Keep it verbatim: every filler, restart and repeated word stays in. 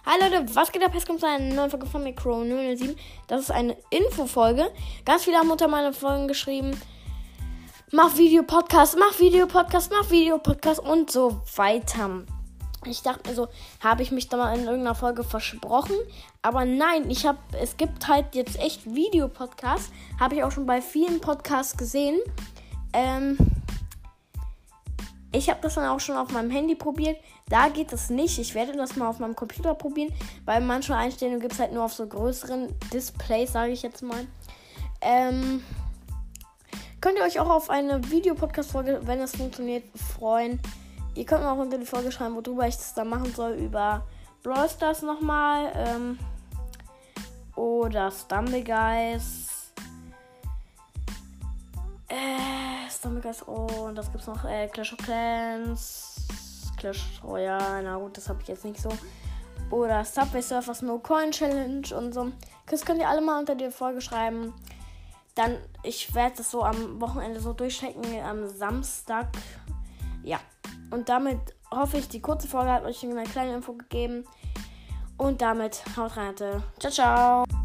Hi Leute, was geht ab? Jetzt kommt zu einer neuen Folge von Micro null null sieben. Das ist eine Infofolge. Ganz viele haben unter meine Folgen geschrieben, mach Videopodcast, mach Videopodcast, mach Videopodcast und so weiter. Ich dachte mir so, habe ich mich da mal in irgendeiner Folge versprochen? Aber nein, ich habe, es gibt halt jetzt echt Videopodcasts. Habe ich auch schon bei vielen Podcasts gesehen. Ähm... Ich habe das dann auch schon auf meinem Handy probiert. Da geht es nicht. Ich werde das mal auf meinem Computer probieren, weil manche Einstellungen gibt es halt nur auf so größeren Displays, sage ich jetzt mal. Ähm, könnt ihr euch auch auf eine Videopodcast-Folge, wenn es funktioniert, freuen. Ihr könnt mir auch unter die Folge schreiben, worüber ich das da machen soll. Über Brawl Stars nochmal. Ähm, oder Stumbleguys. Äh... Guys, oh, und das gibt's noch, äh, Clash of Clans, Clash Royale, na gut, das habe ich jetzt nicht so. Oder Subway Surfers No Coin Challenge und so. Das könnt ihr alle mal unter die Folge schreiben. Dann, ich werde das so am Wochenende so durchchecken, am Samstag. Ja, und damit hoffe ich, die kurze Folge hat euch eine kleine Info gegeben. Und damit haut rein, ciao, ciao.